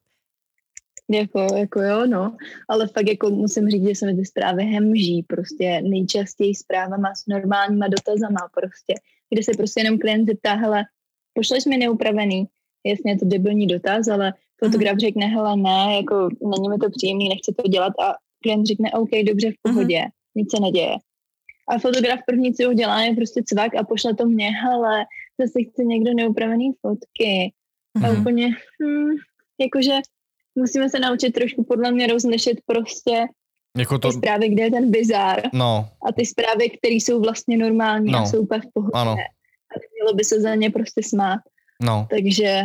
S3: Jako jo, no, ale fakt jako musím říct, že se mi ty zprávy hemží, prostě nejčastěji zprávama s normálníma dotazama prostě, kde se prostě jenom klient zeptá, hele, pošleš mi neupravený, jasně je to debilní dotaz, ale fotograf řekne, hele, ne, jako není mi to příjemný, nechci to dělat a klient řekne, OK, dobře, v pohodě, nic se neděje. A fotograf první, co udělá, je prostě cvak a pošle to mně, hele, zase chce někdo neupravený fotky. A úplně, jakože musíme se naučit trošku podle mě rozlišit prostě jako ty zprávy, kde je ten bizár a ty zprávy, které jsou vlastně normální a jsou úplně v pohodě. Ano. A mělo by se za ně prostě smát. No. Takže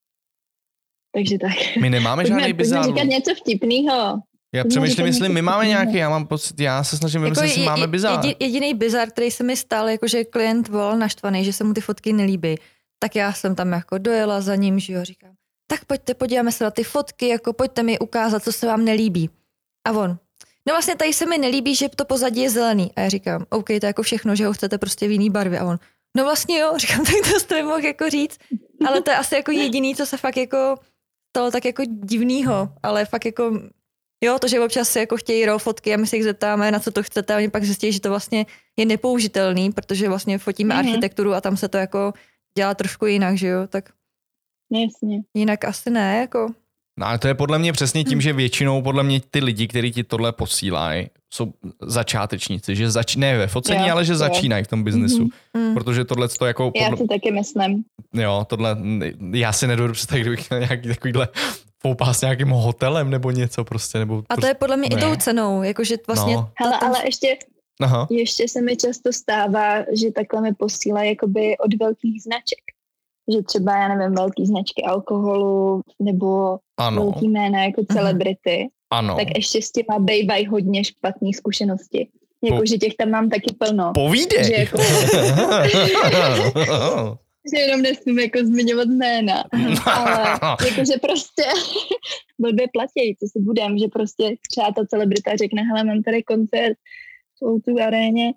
S3: tak.
S1: My nemáme žádný bizár.
S3: Pojďme říkat něco vtipného.
S1: Já přemýšlím, jestli my máme nějaký, já mám pocit, já se snažím vymyslet, jestli máme bizár.
S2: Jediný bizár, který se mi stal, jakože klient volal naštvaný, že se mu ty fotky nelíbí, tak já jsem tam jako dojela za ním, že jo, říkám, tak pojďte, podíváme se na ty fotky, jako pojďte mi ukázat, co se vám nelíbí. A on, no vlastně tady se mi nelíbí, že to pozadí je zelený. A já říkám, OK, to je jako všechno, že ho chcete prostě v jiný barvě. A on, no vlastně jo, říkám, tak to jste mi mohl jako říct. Ale to je asi jako jediný, co se fakt jako stalo tak jako divnýho, ale fakt jako, jo, to, že občas se jako chtějí raw fotky a my se jich zeptáme, na co to chcete a oni pak zjistí, že to vlastně je nepoužitelný, protože vlastně fotíme architekturu a tam se to jako dělá trošku jinak, že jo, tak
S3: jasně.
S2: Jinak asi ne, jako.
S1: No ale to je podle mě přesně tím, že většinou podle mě ty lidi, kteří ti tohle posílají, jsou začátečníci, že ne ve focení, ale že začínají v tom biznesu. Protože tohle to jako...
S3: Já si taky myslím.
S1: Jo, tohle, já si nedovedu představit, kdybych měl nějaký takovýhle poupás s nějakým hotelem nebo něco prostě. Nebo
S2: a to je podle mě i tou cenou, jakože vlastně...
S3: Hele, ale ještě
S1: Aha.
S3: ještě se mi často stává, že takhle mi posílají jakoby od velkých značek. Že třeba, já nevím, velký značky alkoholu nebo velký jména jako celebrity.
S1: Ano.
S3: Tak ještě s těma bývají hodně špatný zkušenosti. Jakože těch tam mám taky plno.
S1: Povídej!
S3: Že, jako, že jenom nesmím jako zmiňovat jména. Ale jakože prostě blbě platí, co si budem, že prostě třeba ta celebrita řekne, hele, mám tady koncert v tu aréně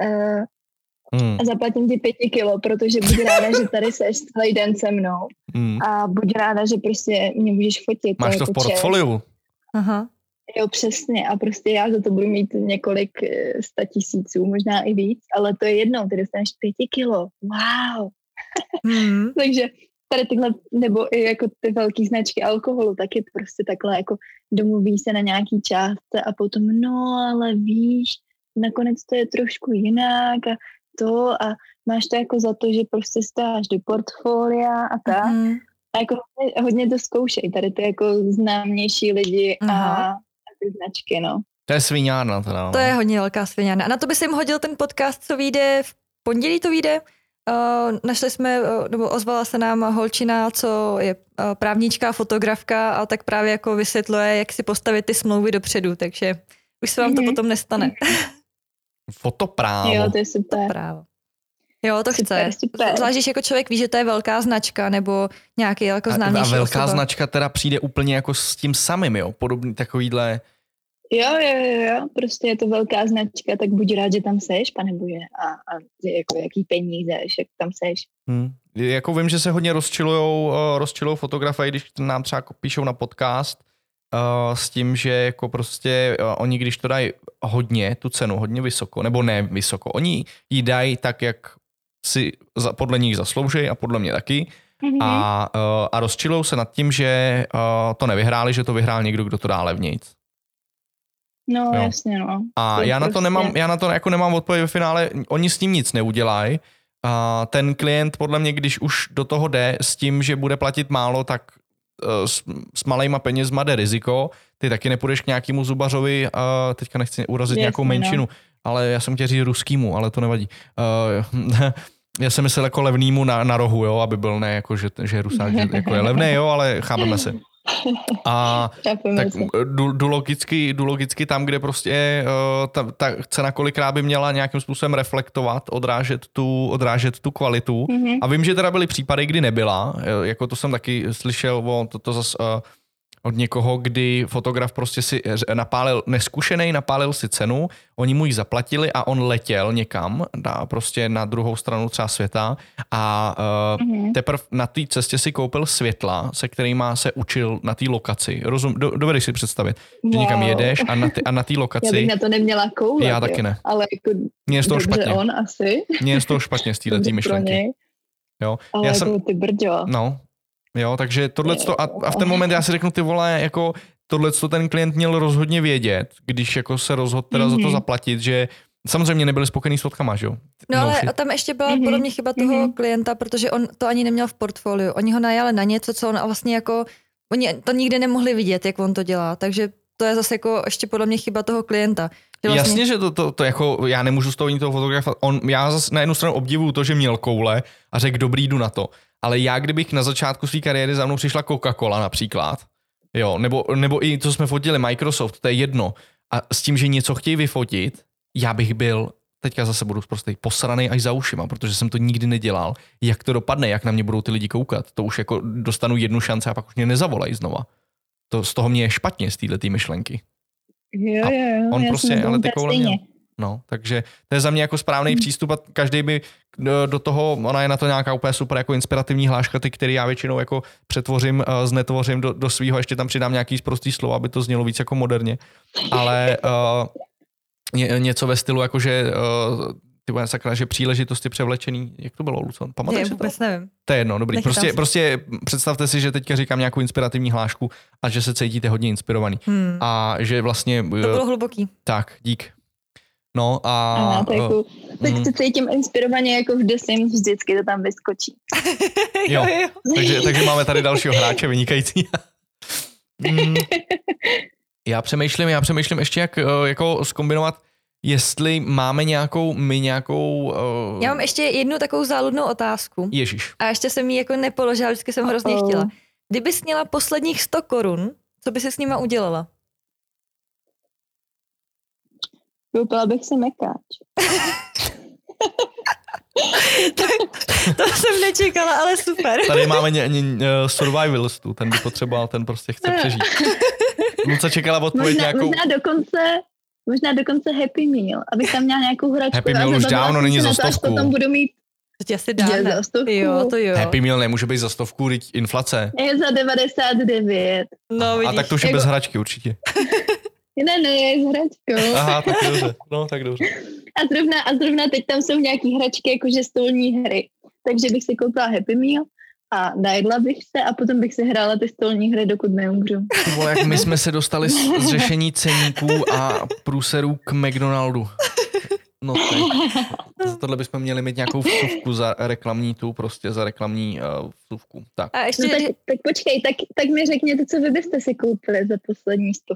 S3: a zaplatím ti 5 kilo, protože buď ráda, že tady seš celý den se mnou a buď ráda, že prostě mě můžeš fotit.
S1: Máš to v portfoliu?
S2: Aha.
S3: Jo, přesně. A prostě já za to budu mít několik 100 000, možná i víc, ale to je jednou, ty dostaneš 5 kilo. Wow. Takže tady tyhle, nebo i jako ty velké značky alkoholu, tak je prostě takhle jako domluví se na nějaký částce a potom, no ale víš, nakonec to je trošku jinak a to a máš to jako za to, že prostě stáš do portfolia a tak. A jako hodně to zkoušej, tady ty jako známější lidi a ty značky, no.
S1: To je sviňárna teda. No.
S2: To je hodně velká sviňárna. A na to by si jim hodil ten podcast, co vyjde v pondělí, to vyjde. Našli jsme, nebo ozvala se nám holčina, co je právnička a fotografka a tak právě jako vysvětluje, jak si postavit ty smlouvy dopředu, takže už se vám to potom nestane.
S1: Fotoprávo.
S3: Jo, to je super.
S2: Fotoprávo. Jo, to
S3: super,
S2: chce.
S3: Super.
S2: Zvlášť, když jako člověk ví, že to je velká značka nebo nějaký jako známější
S1: osoba. A velká
S2: osoba.
S1: značka teda přijde úplně jako s tím samým, jo? Podobný takovýhle...
S3: Jo, prostě je to velká značka, tak buď rád, že tam seš, pane bože, a jako jaký peníze, jak tam seš.
S1: Jako vím, že se hodně rozčilujou fotografy, když nám třeba píšou na podcast, s tím, že jako prostě oni, když to dají hodně, tu cenu hodně vysoko, nebo ne vysoko, oni ji dají tak, jak si podle nich zaslouží a podle mě taky a rozčilujou se nad tím, že to nevyhráli, že to vyhrál někdo, kdo to dá levnějc.
S3: No, jo. Jasně, no.
S1: A já na to jako nemám odpověď ve finále, oni s tím nic neudělají. Ten klient podle mě, když už do toho jde s tím, že bude platit málo, tak s malejma penězma jde riziko. Ty taky nepůjdeš k nějakému zubařovi, teďka nechci urazit nějakou menšinu, ale já jsem chtěl říct ruskýmu, ale to nevadí. Já jsem myslel jako levnýmu na rohu, jo, aby byl ne jako, že Rusák že jako je levný, jo, ale chápeme se. A tak jdu logicky tam, kde prostě ta cena kolikrát by měla nějakým způsobem reflektovat, odrážet tu kvalitu. A vím, že teda byly případy, kdy nebyla, jako to jsem taky slyšel to zase od někoho, kdy fotograf prostě si napálil si cenu, oni mu ji zaplatili a on letěl někam, prostě na druhou stranu třeba světa a teprve na té cestě si koupil světla, se kterýma se učil na té lokaci. Dovedeš si představit, že někam jedeš a na té lokaci... Já
S3: bych na to neměla koulet.
S1: Já taky ne.
S3: Ale jako
S1: mně je z toho špatně.
S3: On asi.
S1: Mně je z toho špatně z této myšlenky. Jo.
S3: Ale já jako ty brďo.
S1: No. Jo, takže tohleto a v ten moment já si řeknu, ty vole, jako tohleto ten klient měl rozhodně vědět, když jako se rozhodl teda za to zaplatit, že samozřejmě nebyli spokojený s fotkama, že jo?
S2: No ale tam ještě byla podobně chyba toho klienta, protože on to ani neměl v portfoliu. Oni ho najali na něco, co on vlastně jako, oni to nikdy nemohli vidět, jak on to dělá, takže to je zase jako ještě podle mě chyba toho klienta. Že vlastně...
S1: Jasně, že to jako, já nemůžu z toho toho fotografa, já zase na jednu stranu obdivuju to, že měl koule a řekl dobrý, jdu na to. Ale já, kdybych na začátku své kariéry za mnou přišla Coca-Cola například, jo, nebo i to jsme fotili Microsoft, to je jedno, a s tím, že něco chtějí vyfotit, já bych byl, teďka zase budu prostě posranej až za ušima, protože jsem to nikdy nedělal. Jak to dopadne, jak na mě budou ty lidi koukat, to už jako dostanu jednu šanci a pak už mě nezavolají znova. To z toho mě je špatně z této myšlenky.
S3: Jo,
S1: on prostě, ale ty koule měl. No, takže to je za mě jako správný přístup a každý by do toho, ona je na to nějaká úplně super jako inspirativní hláška, ty, který já většinou jako přetvořím, znetvořím do svýho, ještě tam přidám nějaký sprostý slovo, aby to znělo víc jako moderně, ale něco ve stylu jakože ty bude sakra, že příležitosti převlečený, jak to bylo, Lucon? Pamatuješ si to?
S2: Vůbec nevím.
S1: To je jedno, dobrý. Prostě představte si, že teďka říkám nějakou inspirativní hlášku a že se cítíte hodně inspirovaný. A že vlastně...
S2: To bylo hluboký.
S1: Tak, dík. No a...
S3: Teď se cítím inspirovaně jako v The Sims, vždycky to tam vyskočí.
S1: Jo. Takže máme tady dalšího hráče vynikající. Já přemýšlím ještě, jak jako zkombinovat jestli máme nějakou...
S2: Já mám ještě jednu takovou záludnou otázku.
S1: Ježiš.
S2: A ještě jsem ji jako nepoložila, vždycky jsem hrozně chtěla. Kdybys měla posledních 100 korun, co by si s nima udělala?
S3: Koupila bych si mekáč.
S2: To jsem nečekala, ale super.
S1: Tady máme survivalistu, ten by potřeboval, ten prostě chce přežít. Luca čekala odpověď nějakou...
S3: Možná dokonce Happy Meal, abych tam měla nějakou hračku.
S1: Happy Meal už dávno není za 100.
S3: Potom budu mít...
S2: To tě asi dá, ne? Jo, to jo.
S1: Happy Meal nemůže být za 100, inflace.
S3: Je za 99.
S2: No, vidíš.
S1: A tak to už je bez hračky určitě.
S3: Ne, je s hračkou.
S1: Aha, tak dobře. No, tak dobře.
S3: A zrovna teď tam jsou nějaký hračky, jakože stolní hry. Takže bych si koupila Happy Meal a najedla bych se a potom bych si hrála ty stolní hry, dokud neumřu.
S1: Vole, jak my jsme se dostali z řešení ceníků a průserů k McDonaldu. No tak. Tohle bychom měli mít nějakou vsuvku za reklamní za reklamní vsuvku. Tak.
S2: A ještě...
S3: No tak počkej, tak mi řekněte, co vy byste si koupili za poslední 100.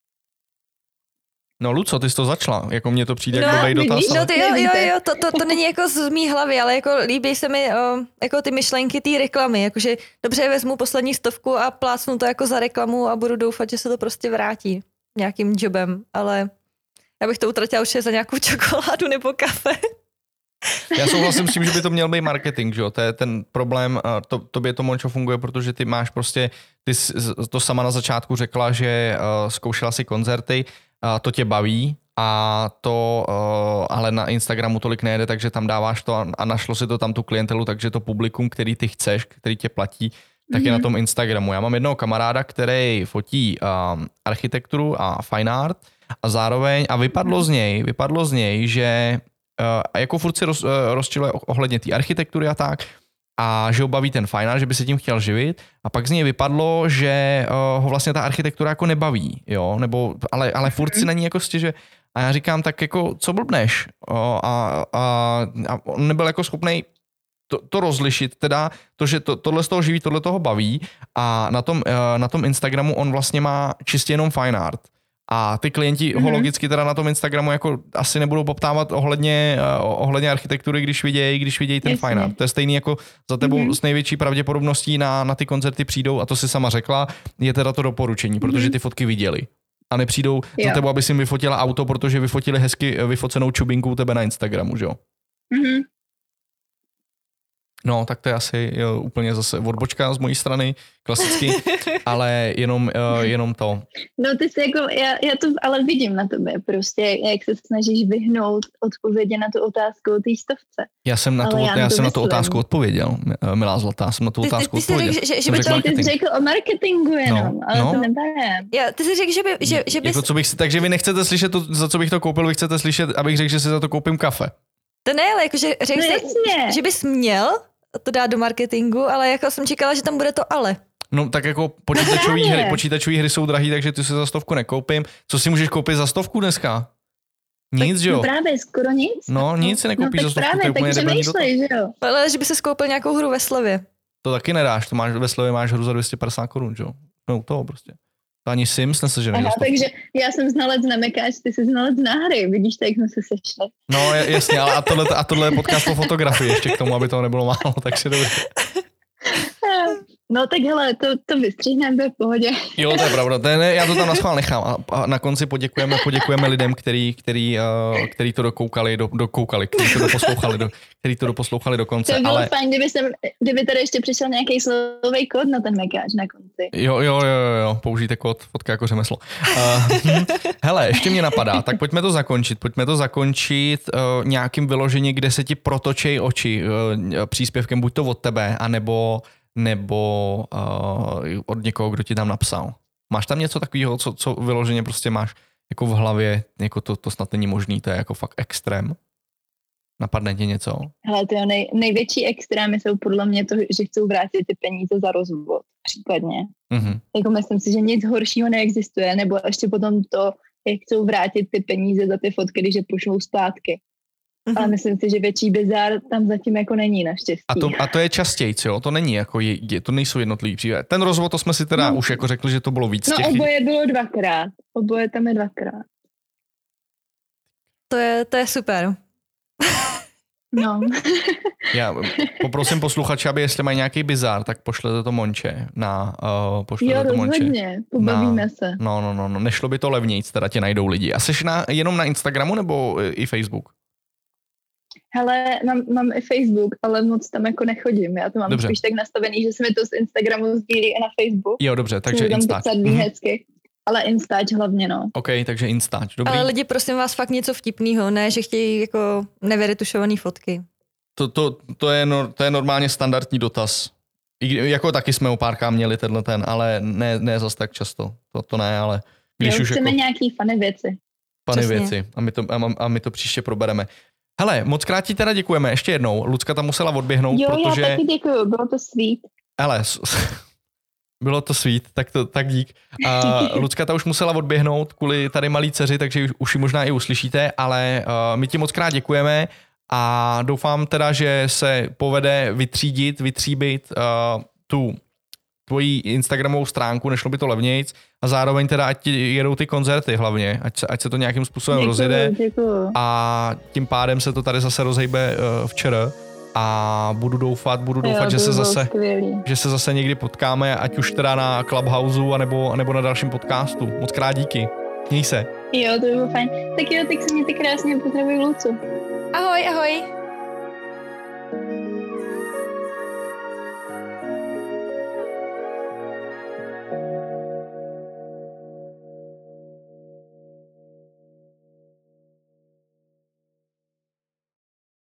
S1: No Luco, ty jsi to začala, jako mně to přijde jako blbej dotaz.
S2: No ty jo, to není jako z mý hlavy, ale jako líbí se mi jako ty myšlenky té reklamy, jakože dobře vezmu poslední 100 a plácnu to jako za reklamu a budu doufat, že se to prostě vrátí nějakým jobem, ale já bych to utratila určitě za nějakou čokoládu nebo kafe.
S1: Já souhlasím s tím, že by to měl být marketing, že jo, to je ten problém, tobě to Mončo funguje, protože ty máš prostě, ty to sama na začátku řekla, že zkoušela si koncerty, to tě baví a to ale na Instagramu tolik nejde, takže tam dáváš to a našlo si to tam tu klientelu, takže to publikum, který ty chceš, který tě platí, tak je na tom Instagramu. Já mám jednoho kamaráda, který fotí architekturu a fine art a zároveň, a vypadlo z něj, že jako furt si rozčiluje ohledně té architektury a tak, a že ho baví ten fine art, že by se tím chtěl živit a pak z něj vypadlo, že ho vlastně ta architektura jako nebaví, jo, nebo, ale furt si na ní jako stěžuje. A já říkám, tak jako, co blbneš? A on nebyl jako schopnej to rozlišit, teda to, že tohle z toho živí, tohle toho baví a na tom Instagramu on vlastně má čistě jenom fine art. A ty klienti ho logicky teda na tom Instagramu jako asi nebudou poptávat ohledně architektury, když vidějí ten fine art. To je stejný jako za tebou s největší pravděpodobností na ty koncerty přijdou, a to si sama řekla, je teda to doporučení, protože ty fotky viděli. A nepřijdou za tebou, aby si jim vyfotila auto, protože vyfotili hezky vyfocenou čubinku u tebe na Instagramu, že jo? No, tak to je asi úplně zase odbočka z mojí strany, klasicky, ale jenom to.
S3: No ty si jako, já to ale vidím na tobě prostě, jak se snažíš vyhnout odpovědi na tu otázku o té 100.
S1: Já jsem na tu otázku odpověděl, milá zlatá, jsem na tu otázku odpověděl.
S3: Ty jsi řekl o marketingu jenom, ale to neberem.
S2: Ty jsi řekl, že bys...
S1: Jako takže vy nechcete slyšet to, za co bych to koupil, vy chcete slyšet, abych řekl, že si za to koupím kafe.
S2: To ne, ale jakože řekl že bys měl to dát do marketingu, ale jako jsem čekala, že tam bude to ale.
S1: No tak jako počítačové hry jsou drahý, takže ty si za 100 nekoupím. Co si můžeš koupit za 100 dneska? Nic, že jo?
S3: No právě, skoro nic.
S1: No nic si nekoupíš za 100.
S3: Právě, takže nejšlej, že jo?
S2: Ale že by se koupil nějakou hru ve slevě.
S1: To taky nedáš, ve slevě máš hru za 250 korun, že jo? No toho prostě. To ani Sims nesežený.
S3: Takže já jsem znalec na mekáč, ty jsi znalec na hry, vidíš, tak jsme se sešli.
S1: No jasně, ale a tohle je podcast o fotografii ještě k tomu, aby toho nebylo málo, takže dobře.
S3: No tak hele, to vystřihneme, to je v pohodě.
S1: Jo, to je pravda, já to tam naschvál nechám a na konci poděkujeme lidem, který to kteří to doposlouchali do konce.
S3: To bylo fajn, kdyby tady ještě přišel nějaký slovej kód na ten mekáč na konci.
S1: Jo, použijte kód, fotka jako řemeslo. Hele, ještě mě napadá, tak pojďme to zakončit nějakým vyložením, kde se ti protočej oči příspěvkem buď to od tebe, anebo od někoho, kdo ti tam napsal. Máš tam něco takového, co vyloženě prostě máš jako v hlavě, jako to snad není možný, to je jako fakt extrém? Napadne ti něco?
S3: Hele, ty největší extrémy jsou podle mě to, že chcou vrátit ty peníze za rozvod, případně. Jako myslím si, že nic horšího neexistuje, nebo ještě potom to, jak chcou vrátit ty peníze za ty fotky, když je pošlou zpátky. Ale myslím si, že větší bizár tam zatím jako není naštěstí.
S1: A to je častěji, jo? To není jako, to nejsou jednotlivý příběhy. Ten rozvod, to jsme si teda už jako řekli, že to bylo víc.
S3: No oboje bylo 2krát. Oboje tam je 2krát.
S2: to je super.
S3: No.
S1: Já poprosím posluchače, aby jestli mají nějaký bizár, tak pošlete to Monče na
S3: Jo, rozhodně, pobavíme se.
S1: No, nešlo by to levnějc, teda tě najdou lidi. A jsi jenom na Instagramu nebo i Facebook?
S3: Hele, mám i Facebook, ale moc tam jako nechodím. Já to mám spíš tak nastavený, že se mi to z Instagramu sdílí i na Facebook.
S1: Jo, dobře, takže Instač.
S3: Ale Instač hlavně, no.
S1: OK, takže Instač, dobrý.
S2: Ale lidi, prosím vás, fakt něco vtipného, ne, že chtějí jako nevyretušované fotky.
S1: To je normálně standardní dotaz. Jako taky jsme o párka měli ten, ale ne zas tak často. To ne, ale když už
S3: chceme
S1: jako
S3: nějaký funny věci.
S1: Funny věci a my to příště probereme. Hele, moc krát ti teda děkujeme ještě jednou. Lucka tam musela odběhnout, protože...
S3: Jo, já taky děkuju, bylo to sweet.
S1: Hele, bylo to sweet, tak dík. Lucka ta už musela odběhnout kvůli tady malý dceři, takže už ji možná i uslyšíte, ale my ti moc krát děkujeme a doufám teda, že se povede vytříbit tu tvojí Instagramovou stránku, nešlo by to levnějc a zároveň teda ať jedou ty koncerty hlavně, ať se to nějakým způsobem rozjede a tím pádem se to tady zase rozhejbe včera a budu doufat, že se zase někdy potkáme, ať už teda na Clubhouseu anebo na dalším podcastu. Moc krát díky. Měj se.
S3: Jo, to by bylo fajn. Tak jo, tak se mějte krásně, pozdravuji Lucu.
S2: Ahoj.